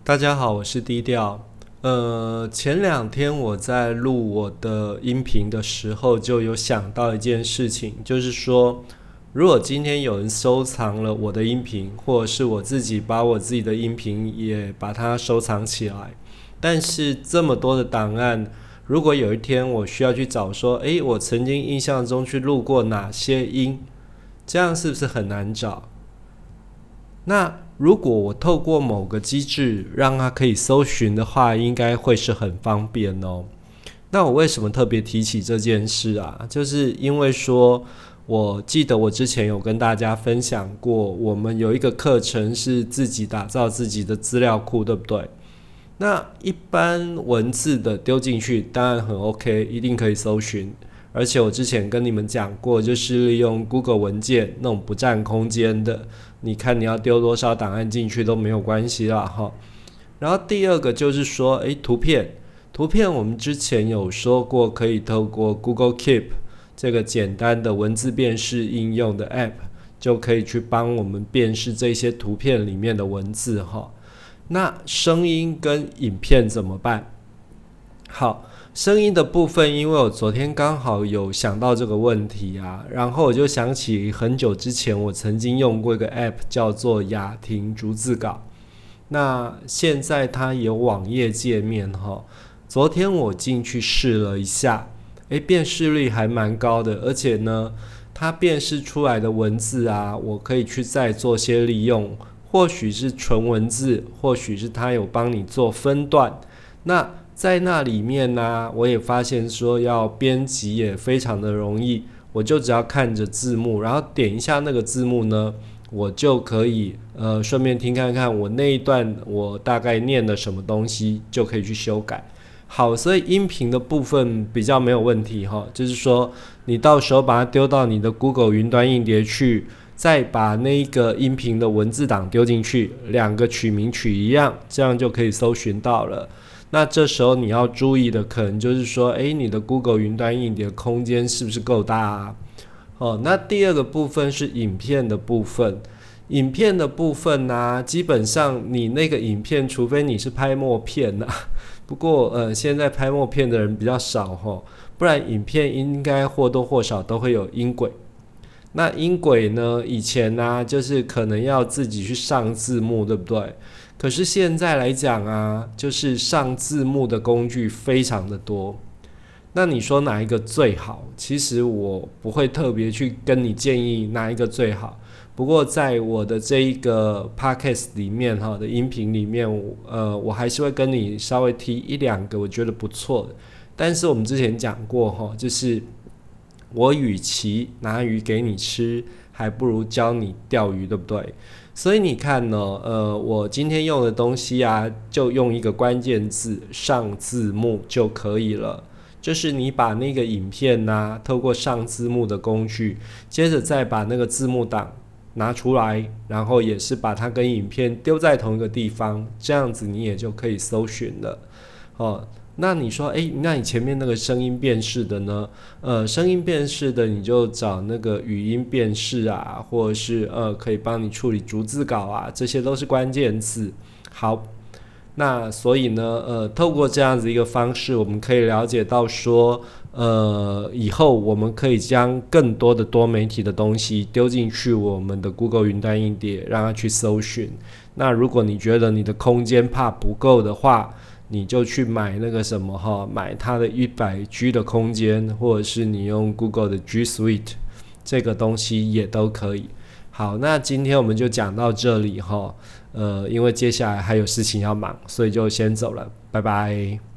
大家好，我是低调。前2天我在录我的音频的时候，就有想到一件事情，就是说，如果今天有人收藏了我的音频，或者是我自己把我自己的音频也把它收藏起来，但是这么多的档案，如果有一天我需要去找说，我曾经印象中去录过哪些音，这样是不是很难找？那如果我透过某个机制让它可以搜寻的话，应该会是很方便哦。那我为什么特别提起这件事啊？就是因为说，我记得我之前有跟大家分享过，我们有一个课程是自己打造自己的资料库，对不对？那一般文字的丢进去当然很 OK， 一定可以搜寻。而且我之前跟你们讲过，就是利用 Google 文件那种不占空间的，你看你要丢多少档案进去都没有关系啦哈。然后第二个就是说，图片我们之前有说过，可以透过 Google Keep 这个简单的文字辨识应用的 App， 就可以去帮我们辨识这些图片里面的文字哈。那声音跟影片怎么办？好，声音的部分，因为我昨天刚好有想到这个问题啊，然后我就想起很久之前我曾经用过一个 App 叫做雅婷逐字稿，那现在它有网页界面哈。昨天我进去试了一下，辨识率还蛮高的，而且呢，它辨识出来的文字啊，我可以去再做些利用，或许是纯文字，或许是它有帮你做分段。那在那里面呢，我也发现说要编辑也非常的容易，我就只要看着字幕，然后点一下那个字幕呢，我就可以顺便听看看我那一段我大概念了什么东西，就可以去修改。好，所以音频的部分比较没有问题哈，就是说你到时候把它丢到你的 Google 云端硬碟去，再把那个音频的文字档丢进去，两个取名取一样，这样就可以搜寻到了。那这时候你要注意的可能就是说，你的 Google 云端硬碟空间是不是够大啊？那第二个部分是影片的部分。影片的部分啊，基本上你那个影片，除非你是拍默片啊，不过现在拍默片的人比较少不然影片应该或多或少都会有音轨。那音轨呢，以前啊，就是可能要自己去上字幕，对不对？可是现在来讲啊，就是上字幕的工具非常的多。那你说哪一个最好？其实我不会特别去跟你建议哪一个最好。不过在我的这一个 podcast 里面的音频里面，我还是会跟你稍微提一两个我觉得不错的。但是我们之前讲过就是我与其拿鱼给你吃，还不如教你钓鱼，对不对？所以你看呢，我今天用的东西啊，就用一个关键字上字幕就可以了。就是你把那个影片啊，透过上字幕的工具，接着再把那个字幕档拿出来，然后也是把它跟影片丢在同一个地方，这样子你也就可以搜寻了。那你说，那你前面那个声音辨识的呢？声音辨识的你就找那个语音辨识啊，或者是可以帮你处理逐字稿啊，这些都是关键字。好，那所以呢，透过这样子一个方式，我们可以了解到说，以后我们可以将更多的多媒体的东西丢进去我们的 Google 云端硬碟，让它去搜寻。那如果你觉得你的空间怕不够的话，你就去买那个什么买它的 100G 的空间，或者是你用 Google 的 G Suite， 这个东西也都可以。好，那今天我们就讲到这里因为接下来还有事情要忙，所以就先走了，拜拜。